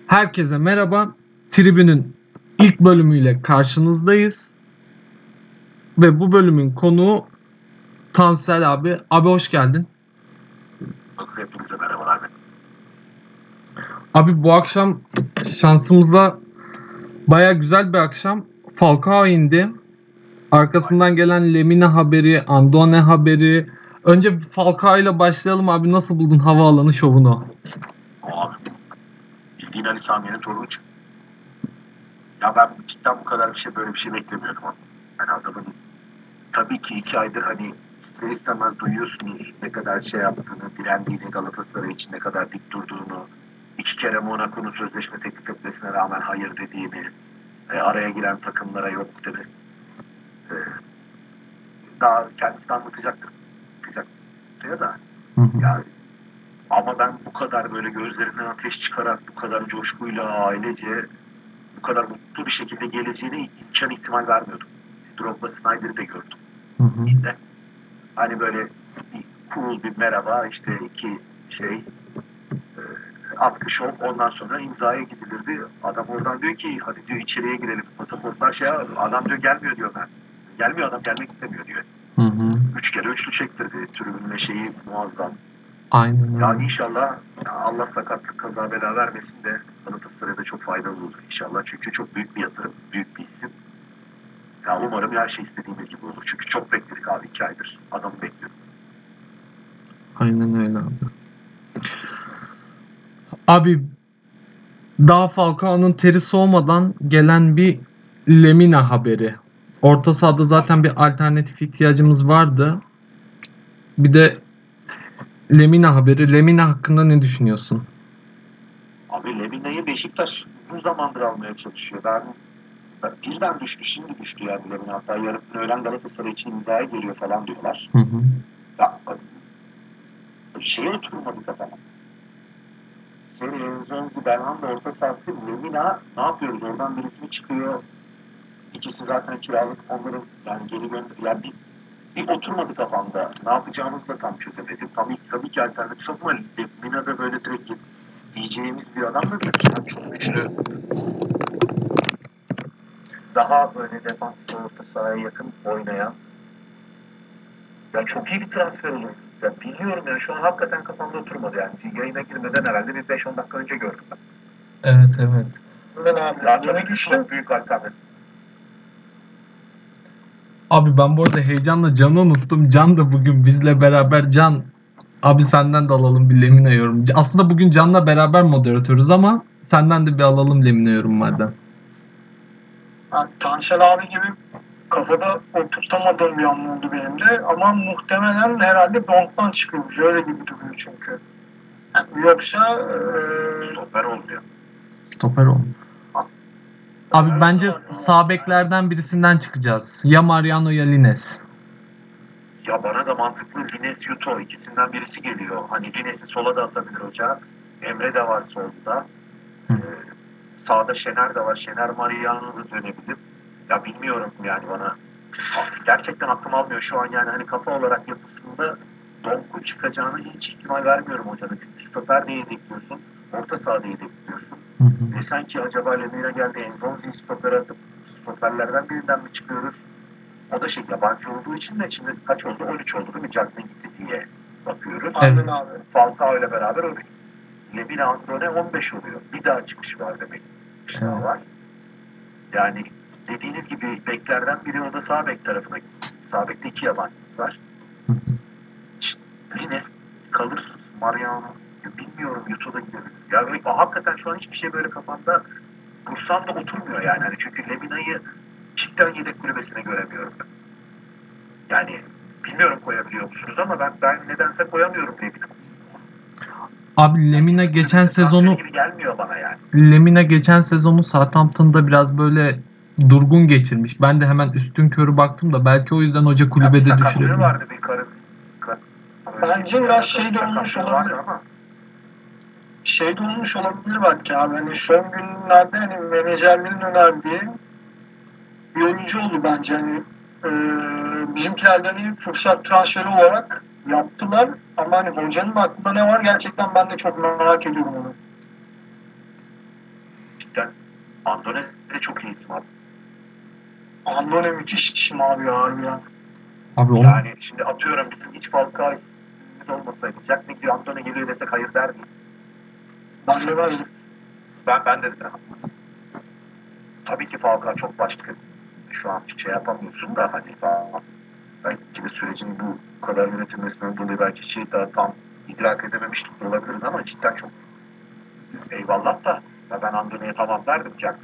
Herkese merhaba. Tribünün ilk bölümüyle karşınızdayız. Ve bu bölümün konuğu Tansel abi. Abi hoş geldin. Hepinize merhabalar. Abi bu akşam şansımıza baya güzel bir akşam. Falcao indi. Arkasından gelen Lemina haberi, Andone haberi. Önce Falcao ile başlayalım abi. Nasıl buldun havaalanı şovunu? Abi bildiğin Ali Sami'nin torunu çıktı. Ya ben cidden bu kadar böyle bir şey beklemiyordum. Yani adamın tabii ki 2 aydır hani ister istemez duyuyorsunuz ne kadar şey yaptığını, direndiğini, Galatasaray için ne kadar dik durduğunu, 2 kere Monaco'nun sözleşme teklif etmesine rağmen hayır dediğini, araya giren takımlara yok demesi. E, Daha kendisi anlatacaktır. Anlatacaktır da. Yani ama ben bu kadar böyle gözlerinden ateş çıkarak, bu kadar coşkuyla ailece, bu kadar mutlu bir şekilde geleceğine ihtimal vermiyordum. Drogba Snyder'i de gördüm. Yine. Hani böyle bir cool bir merhaba, işte iki atkı şov, ondan sonra imzaya gidilirdi. Adam oradan diyor ki hadi diyor içeriye girelim. Pasaportlar adam diyor gelmiyor diyor ben. Gelmiyor adam, gelmek istemiyor diyor. 3 kere üçlü çektirdi. Tribünle şeyi muazzam. Aynen öyle. Yani inşallah Allah sakatlık kaza bela vermesin de Galatasaray'da çok faydalı olur inşallah. Çünkü çok büyük bir yatırım, büyük bir isim. Ya umarım her şey istediğimiz gibi olur. Çünkü çok bekledik abi, 2 aydır. Adamı bekliyorum. Aynen öyle abi. Abi daha Falcao'nun teri soğumadan gelen bir Lemina haberi. Orta sahada zaten bir alternatif ihtiyacımız vardı. Bir de Lemina haberi. Lemina hakkında ne düşünüyorsun? Abi Lemina'yı Beşiktaş bu zamandır almaya çalışıyor. Birden düştü, şimdi düştü yani Lemina. Hatta yarın öğlen Galatasaray için imzaya geliyor falan diyorlar. Ya şeye oturmadı kafama. Zonzi, Belhanda orta sahası, Lemina ne yapıyoruz? Oradan birisi mi çıkıyor? İkisi zaten kiralık, onların yani geri gönder. Yani bir oturmadı kafamda. Ne yapacağımızı da tam çözemedim. Tabii ki alternatif ama Lemina da böyle direkt diyeceğimiz bir adam da değil. Yani çok güçlü. Daha böyle defans orta sahaya yakın oynayan. Ya çok iyi bir transfer olur. Ya biliyorum yani şu an hakikaten kafamda oturmadı yani. Yayına girmeden herhalde bir 5-10 dakika önce gördüm ben. Evet. Ben abi. Ya tabii ki çok büyük alternatif. Abi ben bu arada heyecanla Can'ı unuttum. Can da bugün bizle beraber. Can abi senden de alalım bir Lemina yorum. Aslında bugün Can'la beraber moderatörüz ama senden de bir alalım Lemina yorum madem. Yani Tansel abi gibi kafada oturtamadığım bir an oldu benim de. Ama muhtemelen herhalde Donk'tan çıkıyormuş. Öyle gibi duruyor çünkü. Yani yoksa Stoper olmuyor. Stoper olmuş. Abi bence sağ beklerden birisinden çıkacağız. Ya Mariano ya Lines. Ya bana da mantıklı Lines Yuto ikisinden birisi geliyor. Hani Lines'i sola da atabilir hoca. Emre de var solda. Sağda Şener de var. Şener Mariano da dönebilir. Ya bilmiyorum yani bana. Gerçekten aklım almıyor şu an yani hani kafa olarak yapısında Donk'un çıkacağını hiç ihtimal vermiyorum hocanın. Çünkü stoper de yedekliyorsun. Orta sahada yedekliyorsun. Desen ki acaba Lemina geldi Enzonzi'yi stoper atıp stoperlerden birinden mi çıkıyoruz? O da yabancı olduğu için de şimdi kaç oldu? 13 oldu değil mi? Cagney gitti diye bakıyoruz. Aynen abi. Falcao ile beraber 13. Lemina Andone 15 oluyor. Bir daha çıkış var demek. Daha var. Yani dediğiniz gibi beklerden biri o da sağ bek tarafına gitti. Sağ bekte 2 yabancı var. Lines kalır, Mariano bilmiyorum, Yuto'da gidebilir. Yani hakikaten şu an hiçbir şey böyle kafamda kursam da oturmuyor yani. Hani çünkü Lemina'yı cidden yedek kulübesine göremiyorum ben. Yani bilmiyorum koyabiliyor musunuz ama ben nedense koyamıyorum Lemina. Abi Lemina yani, geçen sezonu gibi gelmiyor bana yani. Lemina geçen sezonu Southampton'da biraz böyle durgun geçirmiş. Ben de hemen üstünkörü baktım da belki o yüzden hoca kulübede düşürebilir. Vardı bir bence biraz şey de olmuş olabilir. Ama şey de olmuş olabilir belki abi. Hani son günlerde hani menajerlerin önerdiği bir oyuncu oldu bence. Hani bizimkilerden iyi fırsat transferi olarak yaptılar. Ama hani hocanın aklında ne var gerçekten ben de çok merak ediyorum onu. cidden Andone de çok iyi isim abi. Andone müthiş isim abi ya harbi ya. Abi onu Yani şimdi atıyorum bizim hiç Falcao ismimiz olmasaydı Jack McGee Andone geliyor desek hayır der miyim? Ben demezdim. Ben de dedim. Tabii ki Falcao çok başka. Şu an şey yapamıyorsun da hani falan. Belki de sürecin bu kadar yönetilmesinden dolayı belki şey daha tam idrak edememiş olabiliriz ama cidden çok eyvallah da ya ben Andone'ye tamam derdim Jack.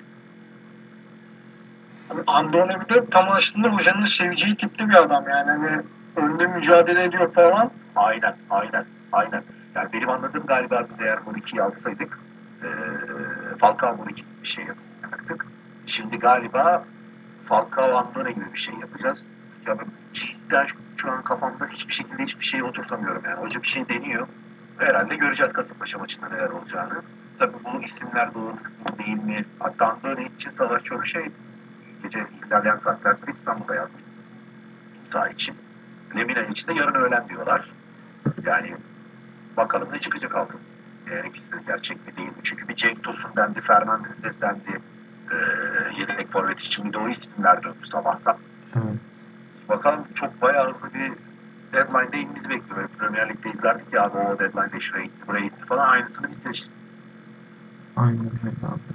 Abi Andone bir de tam aslında hocanın seveceği tipte bir adam yani. Hani önde mücadele ediyor falan. Aynen. Yani benim anladığım galiba biz eğer Muriki'yi alsaydık Falcao Muriki bir şey yapacaktık. Şimdi galiba Falcao Andone gibi bir şey yapacağız. Ya ben cidden şu an kafamda hiçbir şekilde hiçbir şey oturtamıyorum yani. Hoca bir şey deniyor. Herhalde göreceğiz Kasımpaşa maçında neler olacağını. Tabii bu isimler doğru değil mi? Hatta Andone için Savaş çok şey gece ilerleyen saatlerde İstanbul'da yazmış. İmza için. Lemina için de yarın öğlen diyorlar. Yani bakalım ne çıkacak altın. İkisi de gerçek mi değil mi? Çünkü bir Cenk Tosun dendi, Fernandez dendi. Yedek forvet için bir de o isimler döndü sabahtan. evet. Bakalım çok bayağı hızlı bir deadline'de inimizi bekliyor. Böyle Premier Lig'de izlerdik ya abi o deadline'de şuraya gitti, buraya gitti falan. Aynısını biz seçtik. Aynen öyle abi.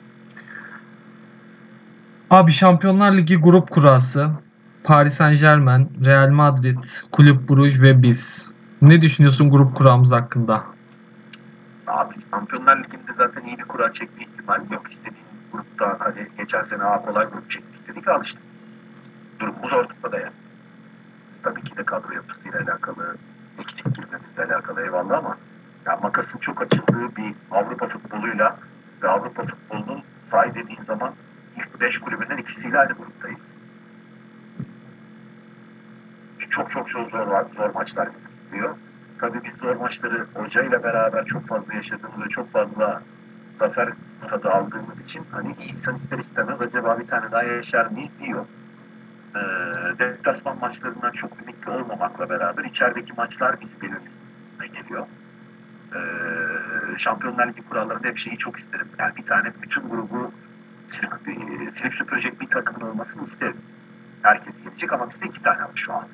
Abi Şampiyonlar Ligi grup kurası. Paris Saint-Germain, Real Madrid, Kulüp Brugge ve biz. Ne düşünüyorsun grup kuramız hakkında? Abi Şampiyonlar Ligi'nde zaten iyi bir kura çekme ihtimali yok. İstediğin grupta hani geçen sene kolay grup çektik dedik al işte. Durumumuz ortada yani. Tabii ki de kadro yapısıyla alakalı, eksik girmemizle alakalı eyvallah ama ya makasın çok açıldığı bir Avrupa futboluyla ve Avrupa futbolunun say dediğin zaman ilk 5 kulübünden ikisiyle aynı gruptayız. Çok zor maçlar bizi bekliyor. Tabii biz zor maçları hocayla beraber çok fazla yaşadığımız ve çok fazla zafer tadı aldığımız için hani insan ister istemez acaba bir tane daha yaşar mıyız diyor. e, Deplasman maçlarından çok ümitli olmamakla beraber içerideki maçlar bizi belirlemeye geliyor. Şampiyonlar Ligi kurallarında hep şeyi çok isterim. Yani bir tane bütün grubu silip süpürecek bir takımın olmasını isterim. Herkes yenecek ama bizde 2 tane var şu an.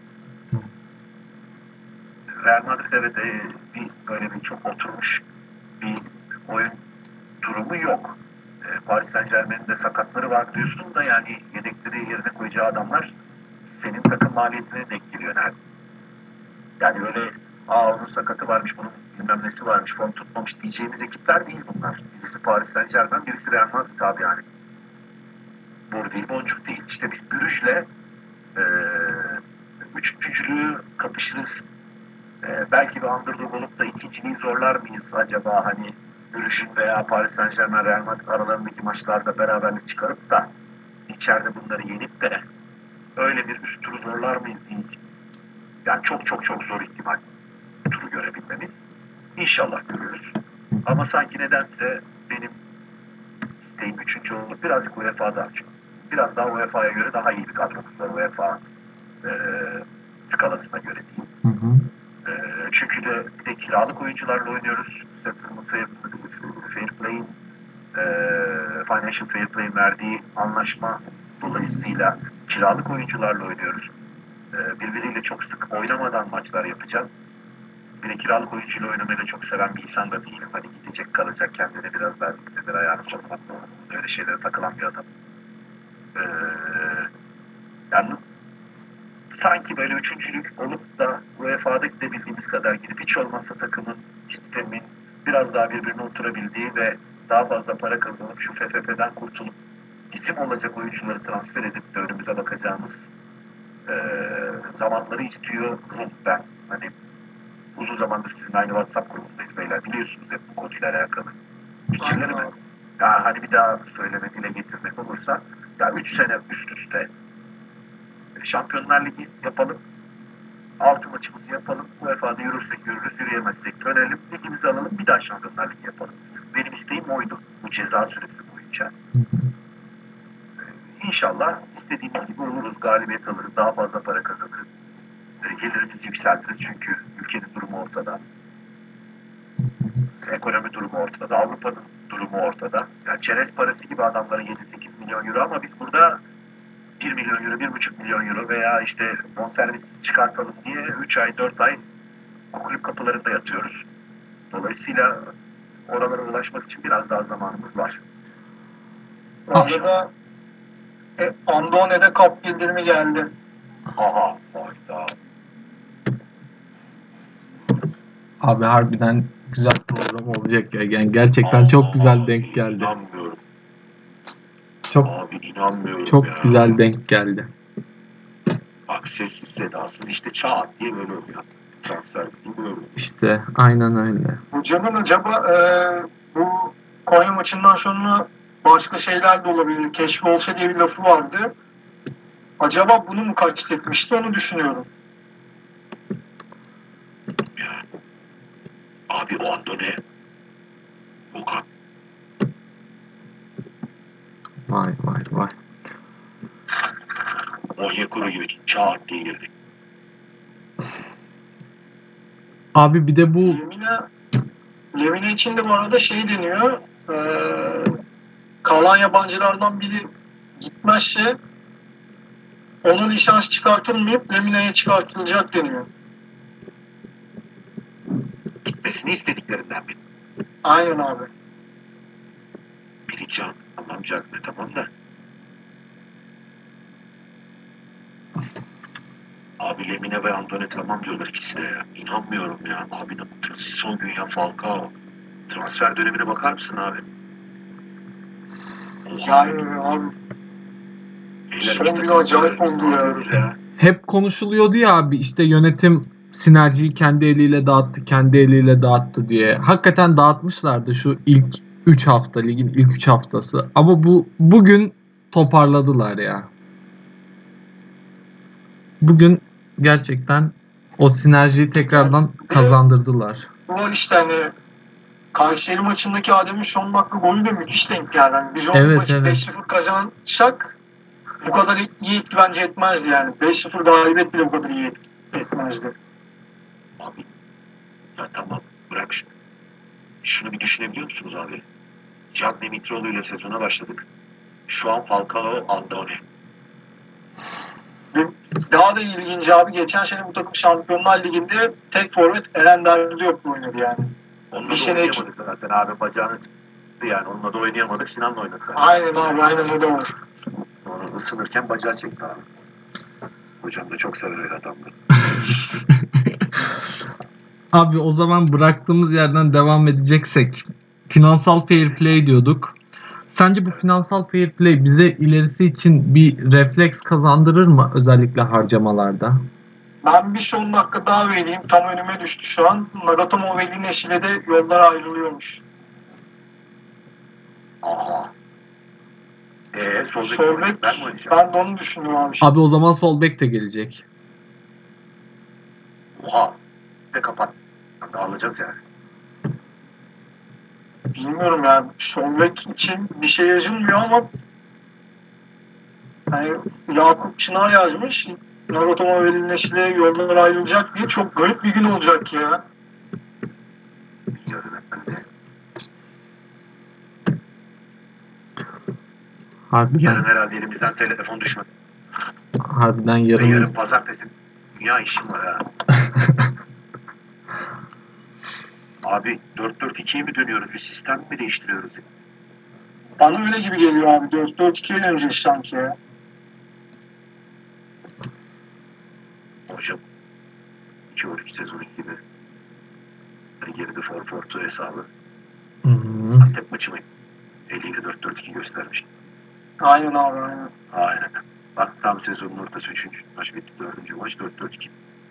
Real Madrid evet bir böyle bir çok oturmuş bir oyun durumu yok. Paris Saint-Germain'in de sakatları var diyorsun da yani yedekleri yerine koyacağı adamlar senin takım maliyetine denk geliyor nerede? Yani öyle onun sakatı varmış, bunun bilmem nesi varmış, form tutmamış diyeceğimiz ekipler değil bunlar. Birisi Paris Saint-Germain, birisi Real Madrid abi yani. Boru değil, boncuk değil. İşte biz Brugge'le e, üçüncülüğü kapışırız. Belki bir underdog olup da ikinciliği zorlar mıyız acaba hani Brugge'ün veya Paris Saint-Germain, Real Madrid aralarındaki maçlarda beraberlik çıkarıp da içeride bunları yenip de öyle bir üst turu zorlar mıyız diyeceğim. Yani çok zor ihtimal turu görebilmemiz. İnşallah görürüz. Ama sanki nedense benim isteğim üçüncü olup birazcık UEFA'dan çok. Biraz daha UEFA'ya göre daha iyi bir kadromuz var UEFA e, skalasına göre diyeyim. Hı hı. Çünkü bir de kiralık oyuncularla oynuyoruz. Fair Play'in Financial Fair Play'in verdiği anlaşma dolayısıyla kiralık oyuncularla oynuyoruz. Birbiriyle çok sık oynamadan maçlar yapacağız. Bir de kiralık oyuncuyla oynamayı da çok seven bir insan da değilim. Hani gidecek kalacak kendine biraz daha dikkat ayağını sokmak öyle şeylere takılan bir adam. Ee, yani sanki böyle üçüncülük olup da UEFA'da gidebildiğimiz kadar gidip hiç olmazsa takımın, sistemin biraz daha birbirine oturabildiği ve daha fazla para kazanıp şu FFP'den kurtulup isim olacak oyuncuları transfer edip de önümüze bakacağımız zamanları istiyorum ben. Hani uzun zamandır sizin aynı WhatsApp grubundayız beyler. Biliyorsunuz hep bu konuyla alakalı. Fikirlerimi. Aynen. Ya hani bir daha söyleme dile getirmek olursa ya 3 sene üst üste Şampiyonlar Ligi yapalım. 6 maçımızı yapalım. UEFA'da yürürsek yürürüz, yürüyemezsek dönelim. Ligimizi alalım. Bir daha Şampiyonlar Ligi yapalım. Benim isteğim oydu. Bu ceza süresi boyunca. İnşallah istediğimiz gibi oluruz. Galibiyet alırız. Daha fazla para kazanırız. Gelirimizi yükseltiriz. Çünkü ülkenin durumu ortada. Ekonomi durumu ortada. Avrupa'nın durumu ortada. Yani çerez parası gibi adamlara 7-8 milyon euro ama biz burada 1 milyon euro, 1,5 milyon euro veya işte bonservis çıkartalım diye 3 ay, 4 ay kulüp kapılarında yatıyoruz. Dolayısıyla oralara ulaşmak için biraz daha zamanımız var. Orada da Andone'de kap bildirimi geldi. Aha, hayda. Abi harbiden güzel program olacak ya. Yani gerçekten çok güzel denk geldi. İnanmıyorum. Çok Abi inanmıyorum çok ya. güzel denk geldi. Bak sessiz sedasız işte çat diye böyle oluyor. Transfer gibi böyle oluyor. İşte aynen öyle. Hocanın acaba bu Konya maçından sonra başka şeyler de olabilir. Keşfi olsa diye bir lafı vardı. Acaba bunu mu kastetmişti onu düşünüyorum. Yani. Abi o Andone Okan. Vay vay vay. Onyekuru gibi çat diye girdik. Abi bir de bu Lemine için de bu arada şey deniyor. Kalan yabancılardan biri gitmezse ona lisans çıkartılmayıp Lemine'ye çıkartılacak deniyor. Gitmesini istediklerinden biri. Aynen abi. Birinci anlamayacak ne tamam da. Abi Lemine ve Andone tamam diyorlar ikisi de ya. İnanmıyorum ya. Abi son gün ya Falcao. Transfer dönemine bakar mısın abi? Oha. Yani abi Beyler, son işte gün acayip takım oldu ya. yapıyoruz ya. hep konuşuluyordu ya abi, işte yönetim sinerjiyi kendi eliyle dağıttı, kendi eliyle dağıttı diye. Hakikaten dağıtmışlardı şu ilk 3 hafta, ligin ilk 3 haftası. Ama bugün toparladılar ya. Bugün gerçekten o sinerjiyi tekrardan kazandırdılar. Bu işte hani Kayseri maçındaki Adem'in son dakika golü de müthiş denk geldi. Yani biz o Evet, maçı evet. 5-0 kazansak bu kadar iyi etki bence etmezdi yani. 5-0 galibiyet bile bu kadar iyi etki etmezdi. Abi ya tamam bırak şunu. Şunu bir düşünebiliyor musunuz abi? Cagne Mitroğlu ile sezona başladık. Şu an Falcao Andone. Ve daha da ilginci abi geçen sene bu takım Şampiyonlar Ligi'nde tek forvet Eren Derdiyoklu oynadı yani. Onunla Bir da sene oynayamadık zaten abi bacağını çıktı yani. Onunla da oynayamadık. Sinan'la oynadık zaten. Aynen abi aynen o da var. Onu ısınırken bacağı çekti abi. Hocam da çok sever öyle adamları. Abi o zaman bıraktığımız yerden devam edeceksek, finansal fair play diyorduk. Sence bu finansal fair play bize ilerisi için bir refleks kazandırır mı, özellikle harcamalarda? Ben bir son dakika daha vereyim. Tam önüme düştü şu an. Nagatomo ve Lineş ile de yollar ayrılıyormuş. Aha. Solbek ben mi oynayacağım? ben de onu düşündüm abi. Abi o zaman sol bek de gelecek. Oha. De kapat. Dağılacağız yani. Bilmiyorum yani Solbek için bir şey yazılmıyor ama hani Yakup Çınar yazmış. Nagatomo ve Lineş ile yollar ayrılacak diye çok garip bir gün olacak ya. Biliyorum ben de. Harbiden, Yarın herhalde elimizden telefon düşmedi. harbiden Ve yarın yarın. pazartesi. Dünya işim var ha. Abi 4-4-2'ye mi dönüyoruz? Bir sistem mi değiştiriyoruz? Bana öyle gibi geliyor abi. 4-4-2'ye döneceğiz sanki ya. Hocam 2-12 sezonu gibi. Hani geride 4-4-2 hesabı. Hı-hı. Antep maçı mı? 50'de 4-4-2 göstermiş. Aynen abi aynen. Aynen. Bak tam sezonun ortası 3. maç bitti. 4. maç 4-4-2.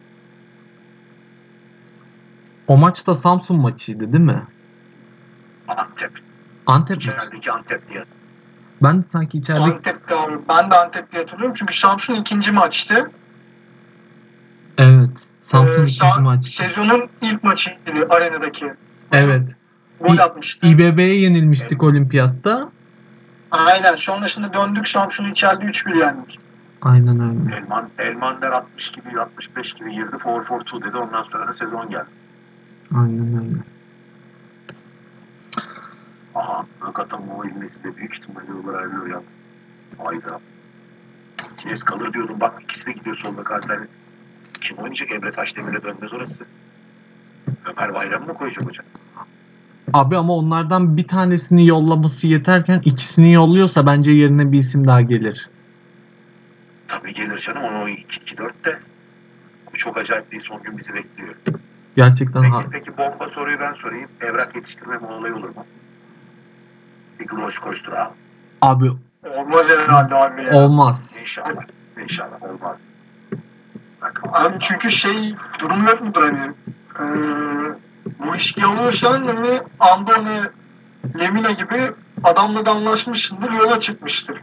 O maç da Samsun maçıydı değil mi? Antep. Antep mi? İçerideki Antep diye. Ben de sanki içeride... Antep'te abi. Ben de Antep'te hatırlıyorum. Çünkü Samsun ikinci maçtı. Evet. Samsun ikinci maç. Sezonun ilk maçıydı arenadaki. Evet. Gol atmıştı. İBB'ye yenilmiştik olimpiyatta. Aynen. Sonrasında döndük Samsun'u içeride 3-1 yendik. Aynen öyle. Elmander 60 gibi 65 gibi girdi. 4-4-2 dedi. Ondan sonra da sezon geldi. Aynen öyle. Aha, Nagatomo ilmesi de büyük ihtimalle olur ayrılıyor ya. Hayda. Kines kalır diyordum, bak ikisi de gidiyor solda Kartal'in. Kim oynayacak? Emre Taşdemir'e dönmez orası. Ömer Bayram mı koyacak hocam? Abi ama onlardan bir tanesini yollaması yeterken ikisini yolluyorsa bence yerine bir isim daha gelir. Tabii gelir canım, onu 2-2-4 de. Bu çok acayip bir son gün bizi bekliyor. Gerçekten Peki bomba soruyu ben sorayım. Evrak yetiştirme olayı olur mu? Bir groş koştura. abi Olmaz herhalde abi ya. olmaz. İnşallah. İnşallah olmaz. Bak, Abi çünkü durum yok mudur hani bu ilişkiyi alıyorsan hani Andone, Lemina gibi adamla da anlaşmışsındır, yola çıkmıştır.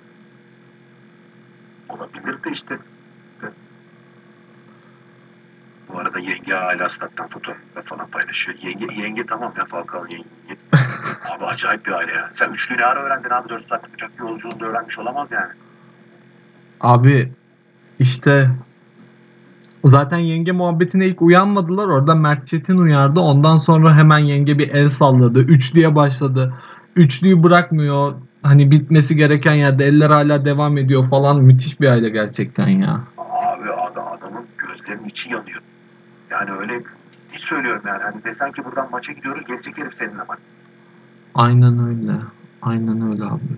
olabilir de işte. Bu arada yenge hala stat'tan fotoğraflar falan paylaşıyor. Yenge tamam ya, Falcao yenge. Abi acayip bir aile ya. Sen üçlüyü ne ara öğrendin abi? 4 saatlik uçak yolculuğunu da öğrenmiş olamaz yani. Abi işte zaten yenge muhabbetine ilk uyanmadılar. Orada Mert Çetin uyardı. Ondan sonra hemen yenge bir el salladı. Üçlüye başladı. Üçlüyü bırakmıyor. Hani bitmesi gereken yerde eller hala devam ediyor falan. Müthiş bir aile gerçekten ya. Abi adamın gözlerinin içi yanıyor. Yani öyle ciddi söylüyorum yani. Hani desen ki buradan maça gidiyoruz, gelecek herif seninle maç. Aynen öyle. Aynen öyle abi.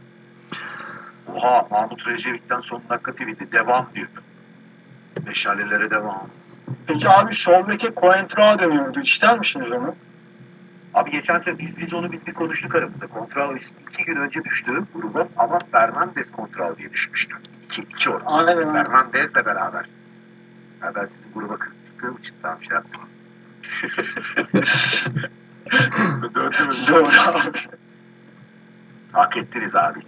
Oha, Mahmut Recep'ten son dakika tweet'i devam diyor. Meşalelere devam. Peki abi sol beke Coentrao deniyordu. İster misiniz onu? Abi geçen sene biz onu bir konuştuk aramızda. Kontral 2 gün önce düştü gruba ama Fernandes Kontral diye düşmüştü. İki orada. Aynen. Fernandes'le beraber. Ya ben sizin gruba kızdığım için tam şey yaptım. Döndü mü? Doğru abi. Hak ettiniz abi.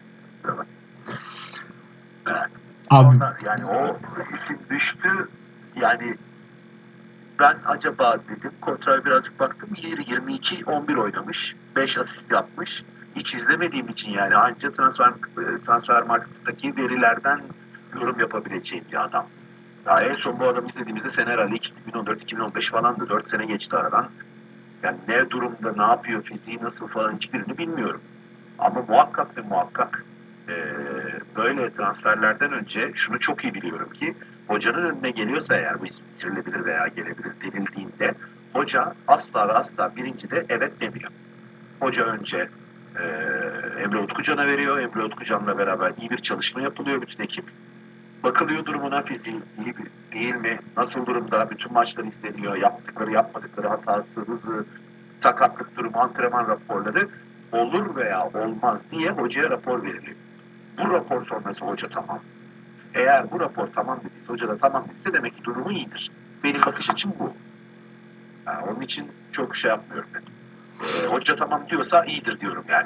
Evet. Abi Sonra yani o isim düştü. Yani ben acaba dedim, kontrol birazcık baktım. 22-11 oynamış. 5 asist yapmış. Hiç izlemediğim için yani anca transfer markettaki verilerden yorum yapabileceğim bir adam. Daha en son bu adamı izlediğimizde sene herhalde 2014-2015 falandı. 4 sene geçti aradan. Yani ne durumda, ne yapıyor, fiziği nasıl falan hiçbirini bilmiyorum. Ama muhakkak ve muhakkak böyle transferlerden önce şunu çok iyi biliyorum ki hocanın önüne geliyorsa eğer bu isim bitirilebilir veya gelebilir denildiğinde hoca asla ve asla birincide evet demiyor. Hoca önce Emre Utkucan'a veriyor. Emre Utkucan'la beraber iyi bir çalışma yapılıyor bütün ekip. Bakılıyor durumuna, fiziği iyi değil mi, nasıl durumda, bütün maçlar izleniyor, yaptıkları yapmadıkları hatası, hızı, sakatlık durumu, antrenman raporları olur veya olmaz diye hocaya rapor veriliyor. Bu rapor sonrası hoca tamam. Eğer bu rapor tamam dediyse, hoca da tamam dediyse demek ki durumu iyidir. Benim bakış açım bu. Yani onun için çok şey yapmıyorum ben. Hoca tamam diyorsa iyidir diyorum yani.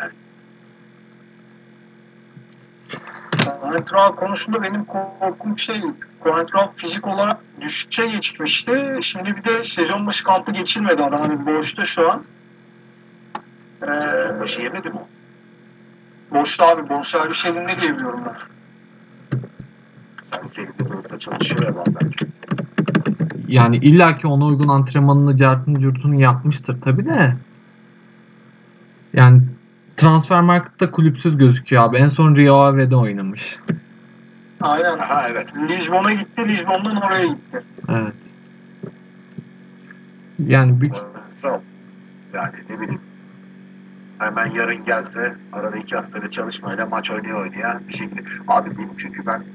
Coentrao konusunda benim korkum Coentrao fizik olarak düşüşe geçmişti. Şimdi bir de sezon başı kampı geçirmedi adam. Hani boşta şu an. Başı yemedi mi o? Boşta abi. Bonservis elinde diye biliyorum ben. Sen sevgili de olsa çalışıyor ya vallahi. yani illaki ona uygun antrenmanını, cartını, curtunu yapmıştır tabii de. Yani transfer markette kulüpsüz gözüküyor abi. En son Rio Ave'de oynamış. Aynen. Aha evet. Lizbon'a gitti. Lizbon'dan oraya gitti. Evet. Yani büyük Yani ne bileyim. Hemen yarın gelse arada 2 haftada çalışmayla maç oynayan bir şekilde. Abi benim çünkü ben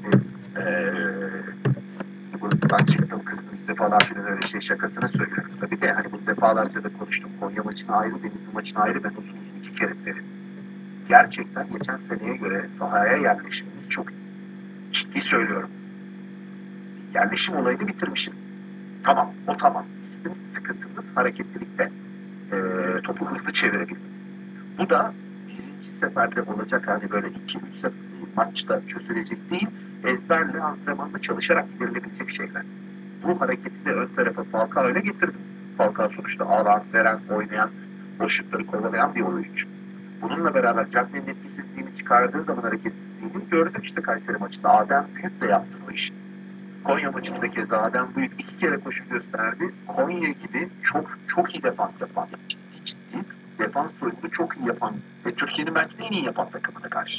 gruptan çıktım, kızdım size falan filan öyle şey şakasını söylüyorum. Tabii de hani bunu defalarca da konuştum. Konya maçına ayrı, Denizli maçına ayrı, ben uzun 2 kere seyrettim. Gerçekten geçen seneye göre sahaya yerleşimimiz çok iyi. Ciddi söylüyorum. Yerleşim olayını bitirmişiz. Tamam, o tamam. Bizim sıkıntımız hareketlilikte. Topu hızlı çevirebilmek. Bu da birinci seferde olacak, hani böyle 2-3 maçta çözülecek değil, ezberle, antrenmanla çalışarak giderilebilecek şeyler. Bu hareketi de ön tarafa Falcao öyle getirdim. Falcao sonuçta alan, veren, oynayan, boşlukları kovalayan bir oyuncu. Bununla beraber Cagney'in etkisizliğini çıkardığı zaman hareketsizliğini gördük işte Kayseri maçında. Adem Büyük de yaptı o işi. Konya maçında keza Adem Büyük 2 kere koşu gösterdi. Konya gibi çok çok iyi defans yapan, ciddi defans oyununu çok iyi yapan ve Türkiye'nin belki de en iyi yapan takımına karşı.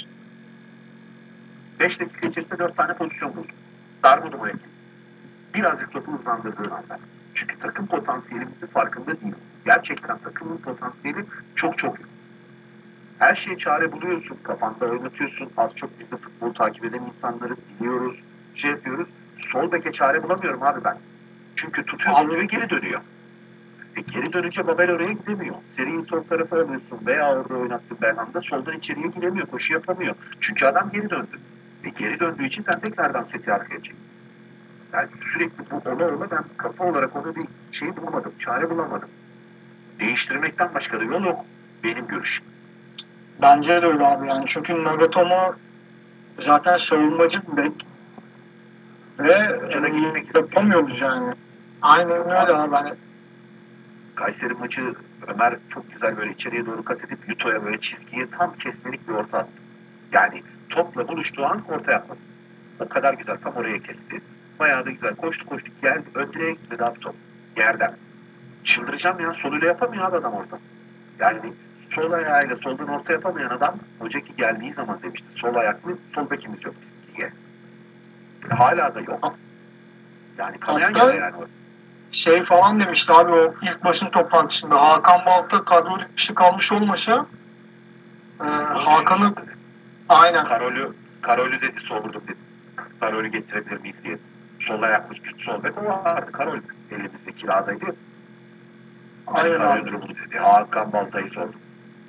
5 dakika içerisinde 4 tane pozisyon buldu. Darbudu bu ekip. Birazcık topu hızlandırdığın anda. Çünkü takım potansiyelimizin farkında değiliz. Gerçekten takımın potansiyeli çok çok iyi. Her şeye çare buluyorsun, kafanda oynatıyorsun. Az çok biz de futbol takip eden insanları biliyoruz, şey yapıyoruz. Sol beke çare bulamıyorum abi ben. Çünkü tutuyor ve geri dönüyor. Geri dönünce Babel oraya gidemiyor. Seriyi sol tarafa alıyorsun veya orada oynattığın Belhanda soldan içeriye giremiyor, koşu yapamıyor. Çünkü adam geri döndü. Geri döndüğü için sen tekrardan seti arkaya çek. Yani sürekli bu ola ben kafa olarak ona bir şey bulamadım, çare bulamadım. Değiştirmekten başka da yol yok. Benim görüşüm. Bence de öyle abi yani. Çünkü Nagatomo zaten savunmacı bir bek. Ve yapamıyoruz yani. Aynen öyle abi. Hani Kayseri maçı Ömer çok güzel böyle içeriye doğru kat edip Yuto'ya böyle çizgiye tam kesmelik bir orta attı. Yani topla buluştuğu an orta yapmadı. O kadar güzel tam oraya kesti. Bayağı da güzel koştu geldi. Ön direğe gitmedi abi top. Yerden. Çıldıracağım ya. Soluyla yapamıyor abi adam orada. Yani sol ayağıyla soldan orta yapamayan adam Hocaki geldiği zaman demişti. Sol ayaklı sol bekimiz yok. Diye. Hala da yok. Yani kanayan hatta yara yani orada. şey falan demişti abi o ilk basın toplantısında Hakan Balta kadro dışı kalmış olmasa Hakan'ı aynen Karol'ü dedi sordum dedi. Karol'ü getirebilir miyiz diye. Sol ayaklı sol bek o vardı. Karol elimizde kiradaydı. aynen Karol abi. durumunu dedi. Hakan Balta'yı sordum.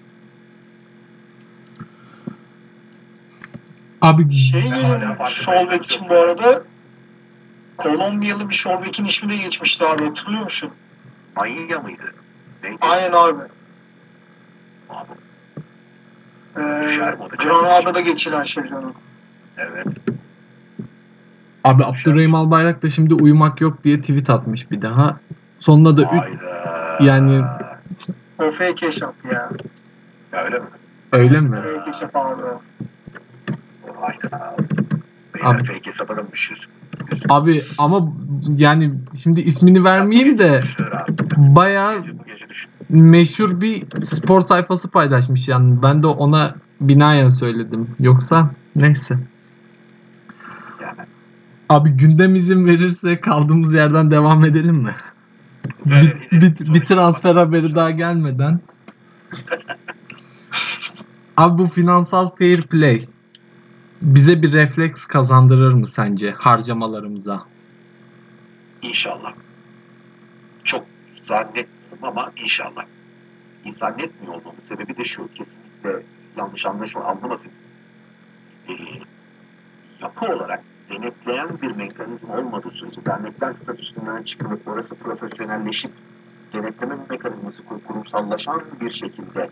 Abi Şey diyelim sol bek için bu arada Kolombiyalı bir sol bekin ismi de geçmişti abi hatırlıyor musun? Manya mıydı? Neydi? Aynen abi. Abi. Granada'da geçilen sezonu. Evet. Abi Abdurrahim Albayrak da şimdi uyumak yok diye tweet atmış bir daha. Sonunda da yani O fake hesap ya. Öyle mi? Öyle mi? Fake hesap abi. Hayda. Abi, fake hesaba da düşüyorsun. Abi ama yani şimdi ismini vermeyeyim de bayağı meşhur bir spor sayfası paylaşmış yani. Ben de ona binaen söyledim. Yoksa neyse. Abi gündem izin verirse kaldığımız yerden devam edelim mi? Bir transfer haberi daha gelmeden. Abi bu finansal fair play bize bir refleks kazandırır mı sence harcamalarımıza? İnşallah. Çok zannetmiyorum ama inşallah. Zannetmiyor olmamın sebebi de şu. Kesinlikle yanlış anlamasın. Yapı olarak denetleyen bir mekanizma olmadığı sürece dernekler statüsünden çıkılıp orası profesyonelleşip denetleme mekanizması kurumsallaşan bir şekilde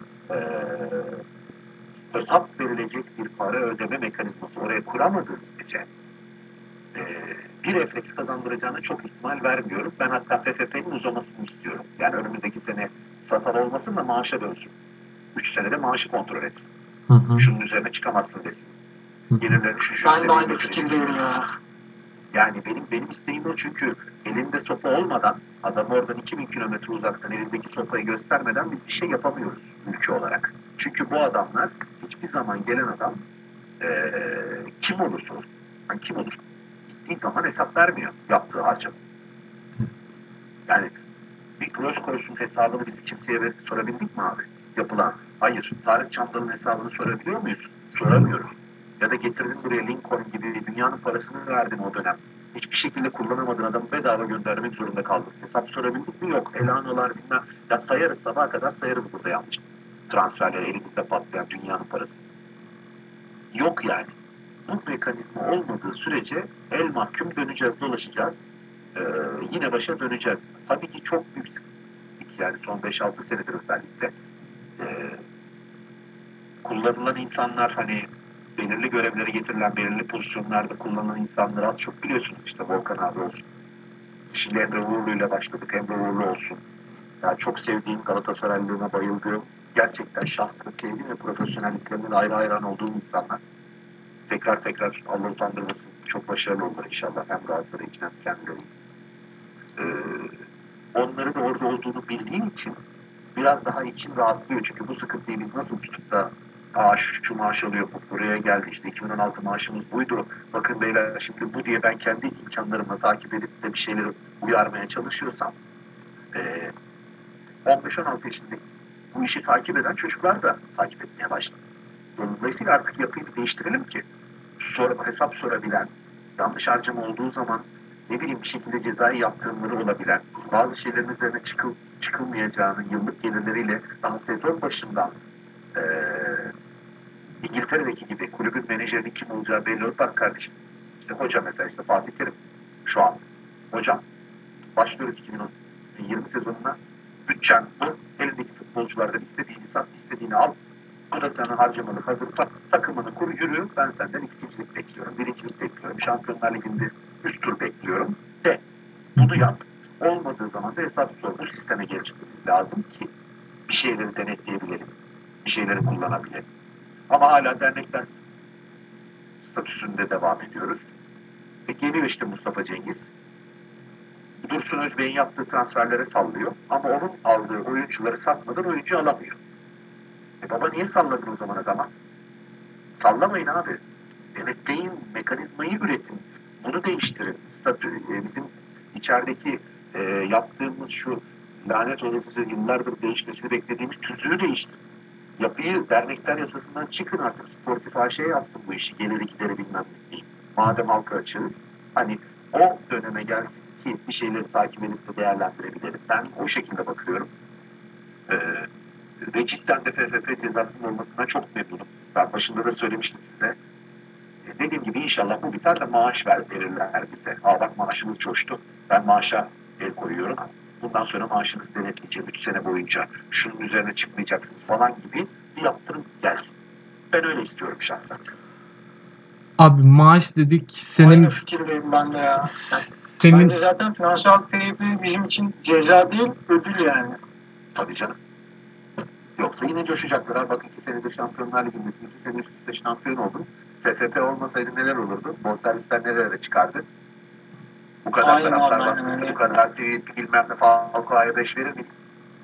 hesap verilecek bir para ödeme mekanizması oraya kuramadığımız sürece bir refleks kazandıracağına çok ihtimal vermiyorum. Ben hatta FFP'nin uzamasını istiyorum. Yani önümüzdeki sene satar olmasın da maaşa dönsün. 3 senede maaşı kontrol etsin. Şunun üzerine çıkamazsın desin. Gelirlerin şu ben de aynı fikirdeyim ya. Yani benim isteğim o çünkü elinde sopa olmadan adam oradan 2000 kilometre uzaktan elindeki sopayı göstermeden biz bir şey yapamıyoruz ülke olarak. Çünkü bu adamlar hiçbir zaman gelen adam kim olursa olsun, yani kim olur gittiği zaman hesap vermiyor yaptığı harcama. Yani bir Grosskoy'sun hesabını biz kimseye sorabildik mi abi? Yapılan. Hayır. Tarık Çamdal'ın hesabını sorabiliyor muyuz? Soramıyoruz. Ya da getirdin buraya Lincoln gibi dünyanın parasını verdin o dönem. Hiçbir şekilde kullanamadığın adamı bedava göndermek zorunda kaldık. Hesap sorabildik mi? Yok. Elanolar bilmem. Ya sayarız sabaha kadar sayarız burada yanlış. Transferleri elimizde patlayan dünyanın parası. Yok yani. Bu mekanizma olmadığı sürece el mahkum döneceğiz, dolaşacağız. Yine başa döneceğiz. Tabii ki çok büyük sıkıntı. Yani son 5-6 senedir özellikle. Kullanılan insanlar hani belirli görevlere getirilen, belirli pozisyonlarda kullanılan insanları az çok biliyorsunuz. İşte Volkan abi olsun. Şimdi Emre Uğurlu ile başladık. Emre Uğurlu olsun. Yani çok sevdiğim Galatasaraylılığına bayıldığım, gerçekten şahsını sevdiğim ve profesyonelliklerine de ayrı hayran olduğum insanlar. Tekrar Allah utandırmasın. Çok başarılı olur inşallah. Hem Galatasaray için hem kendileri. Onların orada olduğunu bildiğim için biraz daha için rahatlıyor. Çünkü bu sıkıntıyı biz nasıl tutup da şu maaş alıyor, buraya geldi, işte 2016 maaşımız buydu. Bakın beyler şimdi bu diye ben kendi imkanlarımla takip edip de bir şeyleri uyarmaya çalışıyorsam 15-16 yaşındaki bu işi takip eden çocuklar da takip etmeye başladı. Dolayısıyla artık yapıyı bir değiştirelim ki hesap sorabilen, yanlış harcama olduğu zaman ne bileyim bir şekilde cezai yaptırımları olabilen, bazı şeylerin üzerine çıkılmayacağının yıllık gelirleriyle daha sezon başından İngiltere'deki gibi kulübün menajerinin kim olacağı belli oldu. Bak kardeşim, işte hoca mesela işte Fatih Terim şu an. Hocam, başlıyoruz 2020 sezonuna. Bütçen bu. Elindeki futbolculardan istediğini sat, istediğini al. Burada harcamalı hazırla. Takımını kur, yürü. Ben senden ikincilik bekliyorum. Birincilik bekliyorum. Şampiyonlar Ligi'nde üst tur bekliyorum. De. Bunu yap. Olmadığı zaman da hesap sor. Bu sisteme geçmemiz lazım ki bir şeyleri denetleyebilelim. Bir şeyleri kullanabilelim. Ama hala dernekler statüsünde devam ediyoruz. Geliyor işte Mustafa Cengiz. Dursun Özbey'in yaptığı transferlere sallıyor. Ama onun aldığı oyuncuları satmadan oyuncu alamıyor. Baba niye salladın o zaman adama? Sallamayın abi. Denetleyin, mekanizmayı üretin. Bunu değiştirin. Bizim içerideki yaptığımız şu lanet olası yıllardır değişmesini beklediğimiz tüzüğü değiştirin. Yapıyı dernekler yasasından çıkın artık. Sportif AŞ yapsın bu işi. Geliri gideri bilmem ne değil. Madem halka açığız. Hani o döneme gelsin ki bir şeyleri takip edip de değerlendirebilelim. Ben o şekilde bakıyorum. Ve cidden de FFP cezasının olmasından çok memnunum. Ben başında da söylemiştim size. Dediğim gibi inşallah bu biter de maaş verirler bize. Bak maaşımız coştu. Ben maaşa el koyuyorum. Bundan sonra maaşınızı denetleyeceğim 3 sene boyunca. Şunun üzerine çıkmayacaksınız falan gibi bir yaptırım gelsin. Ben öyle istiyorum şahsen. Abi maaş dedik Aynı fikirdeyim ben de ya. senin Bence zaten finansal teybi bizim için ceza değil, ödül yani. Tabii canım. Yoksa yine coşacaklar. Bakın 2 senedir Şampiyonlar Ligi'ndesin. 2 sene üst üste şampiyon oldun. FFP olmasaydı neler olurdu? Bonservisler nerelere çıkardı? Bu kadar Aynen taraftar abi, baskısı, aynen. bu kadar tweet bilmem ne Falcao'ya 5 verir miydi?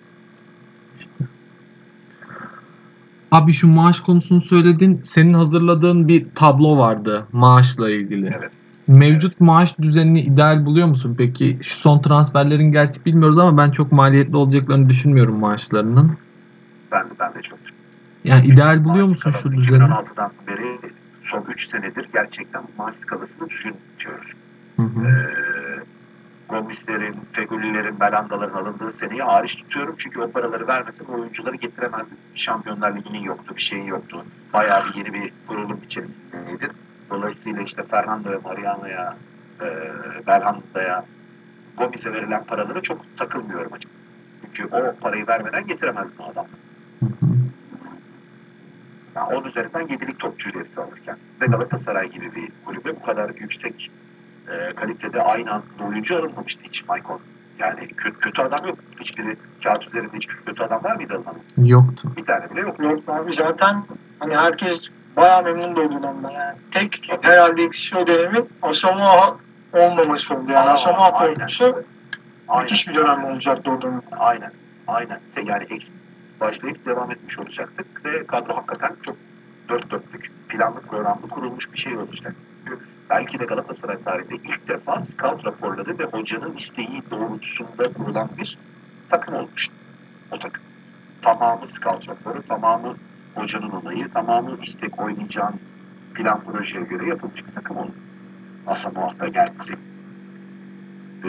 abi şu maaş konusunu söyledin. Senin hazırladığın bir tablo vardı maaşla ilgili. Evet. Mevcut maaş düzenini ideal buluyor musun? Peki şu son transferlerin gerçi bilmiyoruz ama ben çok maliyetli olacaklarını düşünmüyorum maaşlarının. Ben de çok. Yani ideal buluyor Maaş musun şu skalası düzeni? 2016'dan beri son 3 senedir gerçekten maaş skalasını düzgün tutuyoruz. Hı hı. Gomislerin, Fegülilerin, Belandaların alındığı seneyi hariç tutuyorum. Çünkü o paraları vermesen oyuncuları getiremezdik. Şampiyonlar Ligi'nin yoktu, bir şeyin yoktu. Bayağı bir yeni bir kurulum içerisindeydi. Dolayısıyla işte Fernando'ya, Mariano'ya, Belhanda'ya, Gomis'e verilen paralara çok takılmıyorum açıkçası. Çünkü o parayı vermeden getiremez bu adam. Hı hı. Yani onun üzerinden 7'lik topçuydu hepsi alırken. Ve Galatasaray gibi bir kulübe bu kadar yüksek kalitede aynı anda oyuncu alınmamıştı hiç Maicon. Yani kötü adam yok. Hiçbiri kağıt üzerinde hiç kötü adam var mıydı alınan? Yoktu. Bir tane bile yok. Yok abi zaten hani herkes bayağı memnun da oldu ondan yani. Tek herhalde eksi o dönemin Asamoah olmaması oldu. Yani Asamoah Aynen. olmuşsa Aynen. müthiş bir dönem olacaktı o dönem. Aynen. Aynen. Yani başlayıp devam etmiş olacaktık ve kadro hakikaten çok dört dörtlük, planlı programlı kurulmuş bir şey olacak. Çünkü belki de Galatasaray tarihinde ilk defa scout raporları ve hocanın isteği doğrultusunda kurulan bir takım olmuştu. O takım. Tamamı scout raporu, tamamı hocanın onayı, tamamı istek oynayacağın plan projeye göre yapılmış bir takım oldu. Asamoah'ta geldi. Ee,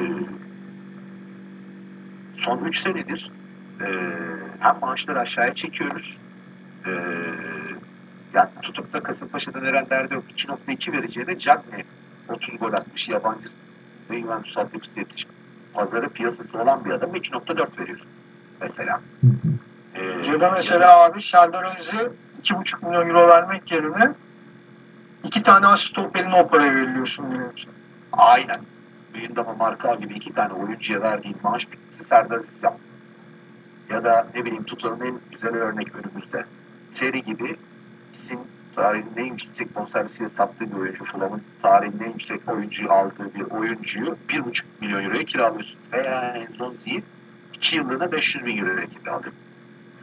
son 3 senedir hem maaşları aşağıya çekiyoruz. Ee, yani tutup da Kasımpaşa'dan Eren derdi yok. 2.2 vereceğine Cagne 30 gol atmış yabancı ve Juventus altyapısı yetişmiş. Pazarı piyasası olan bir adama 2.4 veriyorsun mesela. Hı hı. Ya da mesela abi Serdar Aziz'e 2,5 milyon euro vermek yerine 2 tane stoperine o parayı veriliyorsun direkt. Aynen. Büyündama Marka gibi 2 tane oyuncuya verdiğin maaş bitkisi Serdar Aziz yaptı. Ya da ne bileyim tutanın en güzel örnek önümüzde. Seri gibi isim tarihinin en yüksek bonservisiyle sattığı bir oyuncu. Fulham'ın tarihinin en yüksek oyuncuyu aldığı bir oyuncuyu 1,5 milyon euroya kiralıyorsun. Veya Enzonzi'yi 2 yıllığına 500 bin euroya kiralıyorsun.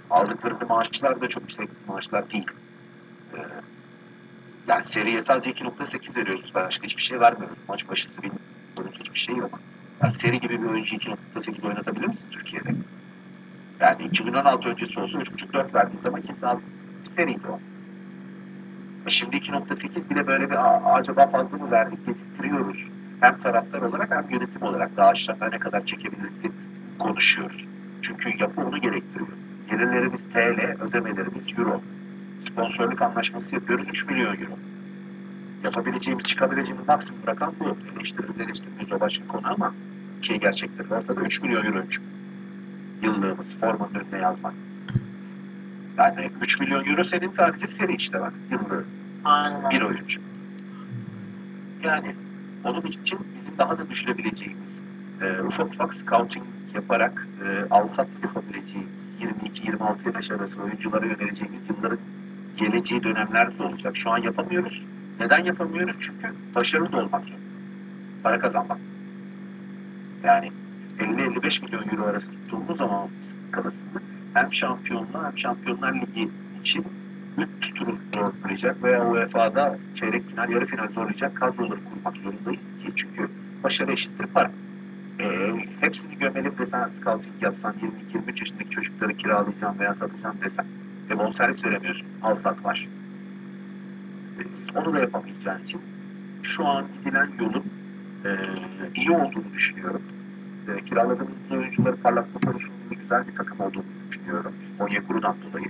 Aldıkları maaşlar da çok yüksek maaşlar değil. Ee, Yani seriye sadece 2.8 veriyoruz. Başka hiçbir şey vermiyoruz. Maç başısı bir hiçbir şey yok. Yani seri gibi bir oyuncu 2.8 oynatabilir misin Türkiye'de? Yani 2016 öncesi olsa 3.5-4 verdiğin zaman kimse abi bir seriydi o. Şimdi 2.8 bile böyle bir acaba fazla mı verdik getirtiyoruz. Hem taraftar olarak hem yönetim olarak daha aşağıya ne kadar çekebiliriz konuşuyoruz. Çünkü yapı onu gerektiriyor. Gelirlerimiz TL, ödemelerimiz Euro. Sponsorluk anlaşması yapıyoruz 3 milyon Euro. Yapabileceğimiz, çıkabileceğimiz maksimum rakam bu. Eleştiririz o başka konu ama gerçektir. Ortada 3 milyon Euro'ymuş. Yıllığımız, formanın önüne yazmak. Yani 3 milyon Euro senin sadece seri işte bak, yıllığı. Aynen. Bir oyuncu. Yani onun için bizim daha da düşürebileceğimiz, ufak ufak scouting yaparak alsat yapabileceğimiz 22-26 yaş arası oyunculara yöneleceğimiz yılların geleceği dönemler de olacak. Şu an yapamıyoruz. Neden yapamıyoruz? Çünkü başarılı da olmak zor. Para kazanmak. Yani 50-55 milyon euro arası tuttuğumuz zaman kalasını hem şampiyonluğa hem Şampiyonlar Ligi için 3 turu zorlayacak veya UEFA'da çeyrek final, yarı final zorlayacak kadroları kurmak zorundayız ki çünkü başarı eşittir para. Hepsini gömelim desen, scouting yapsan, 22-23 yaşındaki çocukları kiralayacağım veya satacağım desen bonservis veremiyorsun, al sat var. Onu da yapamayacağın için şu an gidilen yolun iyi olduğunu düşünüyorum. Kiraladığımız oyuncuları parlatma konusunda güzel bir takım olduğunu düşünüyorum. Onyekuru'dan dolayı.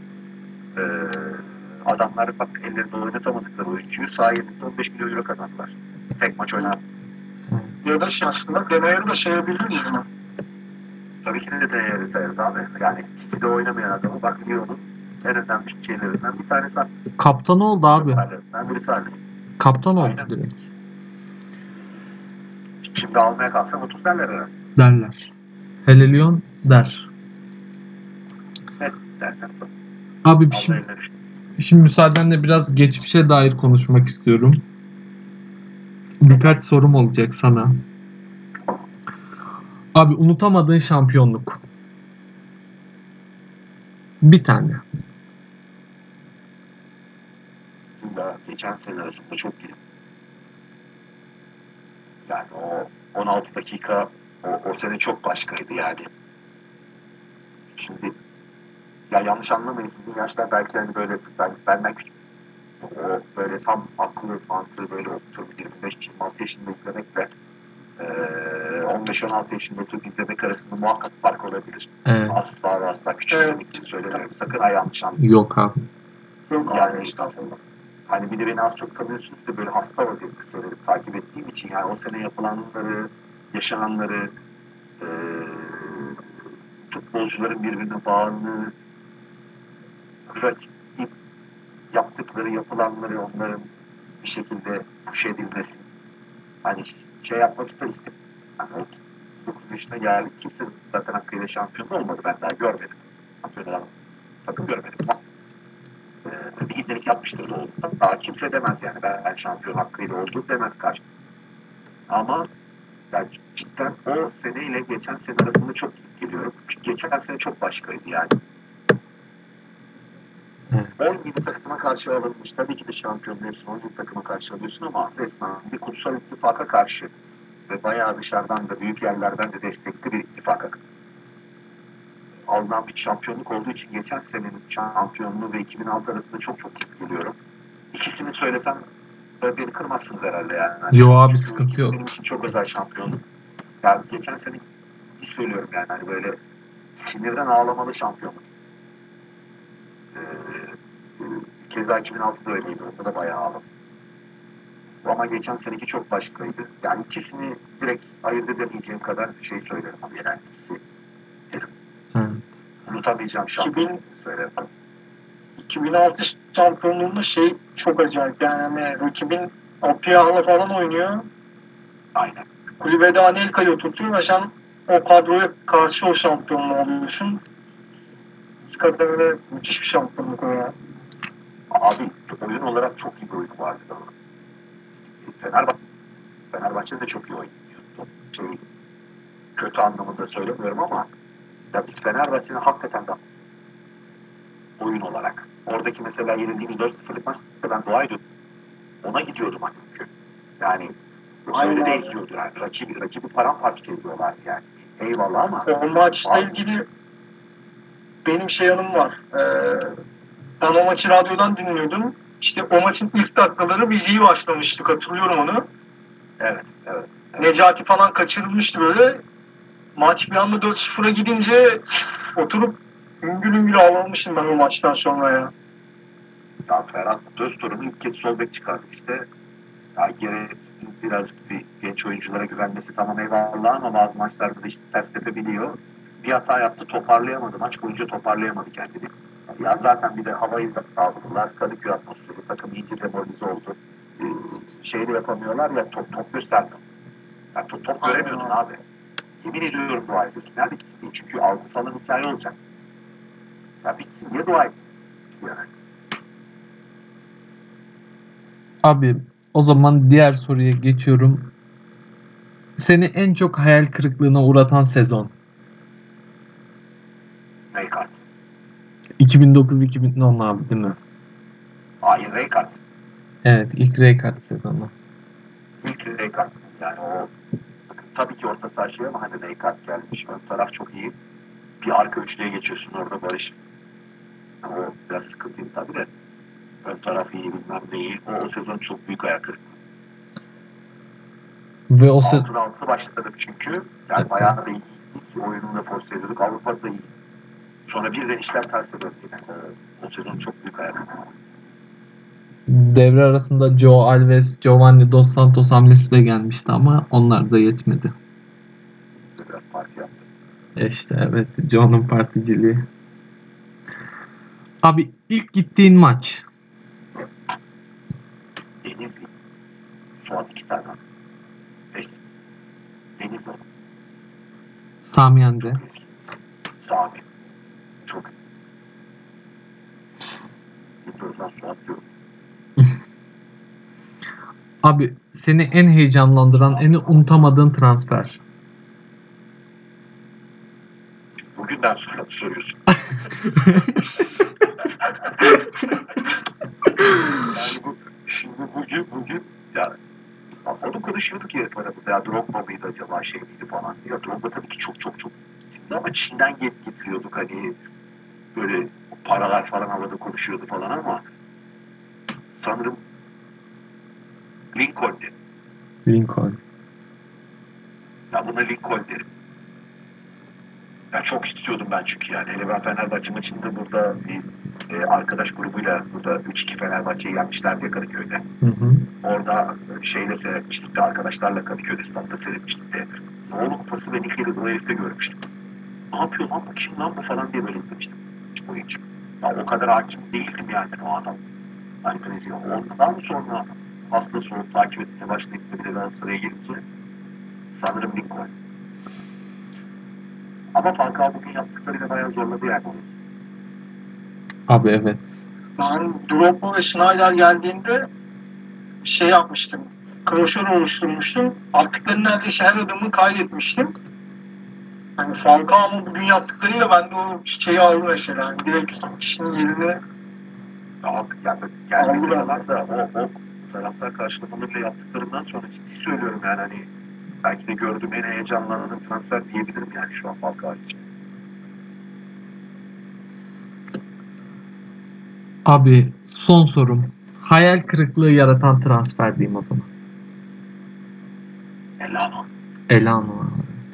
Adamlar bak ellerinde oynatamadıkları oyuncuyu sayesinde 15 milyon euro kazandılar. Tek maç oynar. Ya da aslında Denayo'yu da şey yapabiliriz yine. Tabii ki de değeri sayarız abi. Yani City'de oynamayan adamı bak Lyon'un en önemli şeylerinden bir tanesi. Kaptan oldu abi. Birisi halde. Kaptan oldu Aynen. direkt. Şimdi almaya kalksam 30 derler herhalde. Derler. Hele Lyon der. Ne dersen. Abi Allah şimdi, eline düştü. şimdi müsaadenle biraz geçmişe dair konuşmak istiyorum. Birkaç sorum olacak sana. Abi unutamadığın şampiyonluk. Bir tane. Aslında geçen sene arasında çok iyi. Yani o 16 dakika o sene çok başkaydı yani. Şimdi ya yanlış anlamayın, sizin yaşlar belki hani böyle benden küçük. O böyle tam aklı mantığı böyle oturup 25-26 yaşında izlemekle 15-16 yaşında oturup izlemek arasında muhakkak fark olabilir. Evet. Asla ve asla küçülmemek için söylemiyorum. Sakın ha yanlış anlamayın. Yok abi. Yok Yani abi estağfurullah. hani bir de beni az çok tanıyorsunuz da böyle hasta vaziyette severim. Takip ettiğim için yani o sene yapılanları, yaşananları, futbolcuların birbirine bağını, rakip yaptıkları, yapılanları onların bir şekilde push edilmesi. Hani şey yapmak isteriz. Hani 39 yaşına geldik. Kimse zaten hakkıyla şampiyon olmadı. Ben daha görmedim. Şampiyon takım görmedim. Bir izlenik yapmıştır da oldu. Daha kimse demez yani. Ben şampiyon hakkıyla oldu demez karşı. Ama yani cidden o seneyle geçen sene arasında çok geliyorum. Çünkü geçen sene çok başkaydı yani. 17 takıma karşı alınmış. Tabii ki de şampiyonun hepsini 17 takıma karşı alıyorsun ama resmen bir kutsal ittifaka karşı ve bayağı dışarıdan da büyük yerlerden de destekli bir ittifaka alınan bir şampiyonluk olduğu için geçen senenin şampiyonluğu ve 2006 arasında çok çok geliyorum. İkisini söylesem beni kırmazsınız herhalde yani. Yo abi sıkıntı yok. Benim için çok özel şampiyonluk. Yani geçen sene hiç söylüyorum yani hani böyle sinirden ağlamalı şampiyonluk. Keza 2006'da öyleydi. Orada da bayağı ağladım. Ama geçen seneki çok başkaydı. Yani ikisini direkt ayırt edemeyeceğim kadar bir şey söylerim. Yani ikisi Evet. unutamayacağım şampiyonluğu söylerim. 2006 şampiyonluğunda şey çok acayip yani hani rakibin Apia'la falan oynuyor. Aynen. Kulübede Anelka'yı oturtuyor ve sen o kadroya karşı o şampiyonluğu alıyorsun. Hakikaten öyle müthiş bir şampiyonluk o ya. Abi oyun olarak çok iyi bir oyun vardı. Fenerbahçe de çok iyi oynuyordu. Kötü anlamında söylemiyorum ama ya biz Fenerbahçe'nin hakikaten de oyun olarak. Oradaki mesela yenildiğimiz 4-0'lık maçta ben dua ediyordum. Ona gidiyordum hani çünkü. Yani Aynen öyle de abi. izliyordu yani. Rakibi paramparça ediyorlar yani. Eyvallah ama O maçla Abi- ilgili benim şey yanım var. Ben o maçı radyodan dinliyordum. İşte o maçın ilk dakikaları biz iyi başlamıştık. Hatırlıyorum onu. evet. Necati falan kaçırılmıştı böyle. Maç bir anda 4-0'a gidince oturup üngül üngül ağlamıştım ben o maçtan sonra ya. Ya Ferhat Öztur'un ilk kez sol bek çıkardı işte. Ya geri birazcık bir genç oyunculara güvenmesi tamam eyvallah ama bazı maçlarda da işte ters tepebiliyor. Bir hata yaptı toparlayamadı. Maç boyunca toparlayamadı kendini. Ya zaten bir de havayı da kaldırdılar. Kadıköy atmosferi takım iyice demoralize oldu. Şey de yapamıyorlar ya top göstermiyor. Yani top göremiyordun Aynen. abi. Yemin ediyorum dua ediyorsun. Nerede bitsin? Çünkü algı falan hikaye olacak. Ya bitsin diye dua et. Yani. Abi o zaman diğer soruya geçiyorum. Seni en çok hayal kırıklığına uğratan sezon? Raykart. 2009-2010 abi değil mi? Hayır Raykart. Evet, ilk Rijkaard sezonu. İlk Raykart. Yani o tabii ki orta saha şey ama hani Raykart gelmiş. Ön taraf çok iyi. Bir arka üçlüye geçiyorsun orada Barış. Yani o biraz sıkıntıydı tabii de. Ön taraf iyi bilmem ne iyi. O sezon çok büyük ayak kırıklığı. Ve o sezon 6'da 6 başladık çünkü. Yani Evet. bayağı da iyi. Oyununu da force ediyorduk. Avrupa'da iyi. Sonra birden işler terse döndü. Yani o sezon çok büyük ayak kırıklığı. devre arasında Joe Alves, Giovanni Dos Santos hamlesi de gelmişti ama onlar da yetmedi. Biraz parti yaptı. İşte evet, Joe'nun particiliği. Abi ilk gittiğin maç? Denizli. Suat 2 tane. 5. Denizli. Samiyen'de. Çok eski. Sami. Çok eski. Gidiyorsan Suat diyorum. Abi seni en heyecanlandıran, en unutamadığın transfer? Bugünden sonra soruyorsun. Yani şimdi bugün ya onu konuşuyorduk ya aramızda. Ya Drogba mıydı acaba şey miydi falan. Ya Drogba tabii ki çok ama Çin'den getiriyorduk hani böyle paralar falan havada konuşuyordu falan ama sanırım Lincoln'di. Lincoln. Ya buna Lincoln derim. Ya çok istiyordum ben çünkü yani. Hele ben Fenerbahçe maçında burada bir arkadaş grubuyla burada 3-2 Fenerbahçe'yi yenmişlerdi ya Kadıköy'de. Hı hı. Orada şeyle seyretmiştik de arkadaşlarla Kadıköy'de statta seyretmiştik de. Doğulu Kupası ve Nike'de o herifte görmüştüm. Ne yapıyor lan bu kim lan bu falan diye böyle izlemiştim. Oyuncu. Ya o kadar hakim değildim yani o adam. Hani Brezilya. Ondan sonra hafta sonu takip etmeye başlayıp da bir de Galatasaray'a gelince sanırım Lincoln. Ama Falcao bugün yaptıklarıyla bayağı zorladı yani onu. Abi evet. Ben Drogba ve Schneider geldiğinde şey yapmıştım. Kroşör oluşturmuştum. Attıkları neredeyse her adımı kaydetmiştim. Hani Falcao'nun bugün yaptıklarıyla ben de o şeyi aldım mesela. Yani direkt kişinin yerini Artık yani gelmesi falan da o taraftar karşılamalarıyla yaptıklarından sonra ciddi söylüyorum yani hani belki de gördüğüm en heyecanlandığım transfer diyebilirim yani şu an Falcao için. Abi son sorum. Hayal kırıklığı yaratan transfer diyeyim o zaman. Elano. Elano.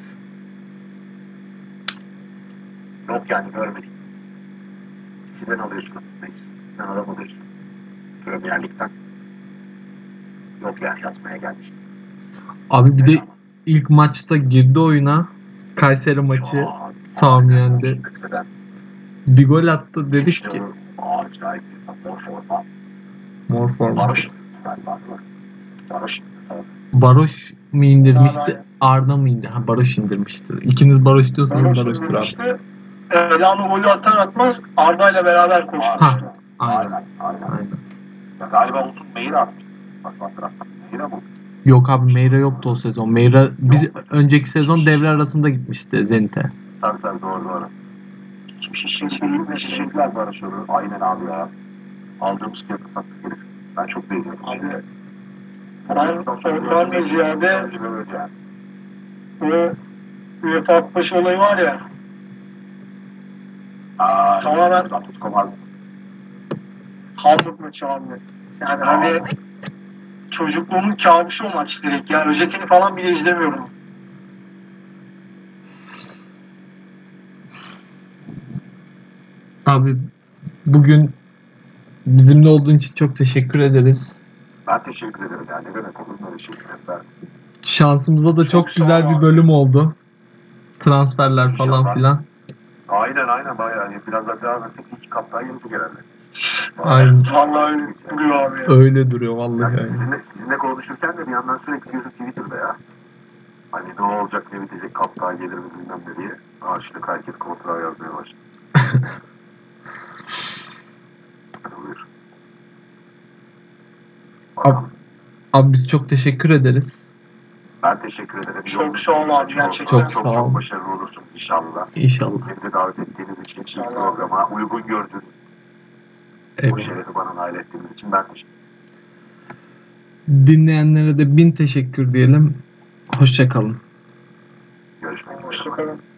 Yok yani görmedik. Sizden alıyorsun. Sizden adam alıyorsun. Premier Lig'den. Yok yani yazmaya gelmiş. Abi bir de ilk maçta girdi oyuna. Kayseri maçı. Sami yendi. Bir gol attı, dedik ki Acayip bir mor forma. mor forma. Baroş galiba. Baroş. Baroş mu indirmişti? Aynen. Arda mı indirdi? Ha, Baroş indirmişti. İkiniz Baroş diyorsanız Baroş Baroş'tur abi. indirmişti. Elano golü atar atmaz Arda ile beraber koşmuştu. Ha, aynen. Aynen. Ya galiba uzun Meyir atmış. Bak Meyir ama. Yok abi, Meyra yoktu o sezon. Meyra biz önceki sezon devre arasında gitmişti Zenit'e. Tabii doğru. Teşekkürler Barış Oru. Aynen abi ya. Aldığımız fiyatı sattık herif. Ben çok beğeniyorum. Abi ben ondan da ziyade o UEFA Akbaşı olayı var ya, tamamen Hamburg maçı abi. Yani hani çocukluğumun kabusu o maç direkt ya. Özetini falan bile izlemiyorum. Abi bugün bizimle olduğun için çok teşekkür ederiz. Ben teşekkür ederim yani. Ne demek olur mu öyle şeyler? Şansımıza da çok Çok sağ güzel ol bir abi. bölüm oldu. Transferler falan İnşallah. filan. Aynen bayağı. Biraz daha devam etsek hiç kaptan yenisi herhalde. Aynen. Vallahi öyle duruyor abi. Öyle duruyor vallahi. Yani Yani. sizinle konuşurken de bir yandan sürekli gözüm Twitter'da ya. Hani ne olacak, ne bitecek, kaptan gelir mi bilmem ne diye. Karşılık herkes kontrağı yazmaya başladı. Buyur. Abi, abi biz çok teşekkür ederiz. Ben teşekkür ederim. Çok sağ ol abi, gerçekten. Çok sağ ol. Çok başarılı olursun inşallah. İnşallah. Beni de davet ettiğiniz için, İnşallah. programa uygun gördüğünüz bu Eyvallah. şerefi bana nail ettiğiniz için ben teşekkür ederim. Dinleyenlere de bin teşekkür diyelim. Hoşça kalın. Görüşmek üzere. Hoşçakalın.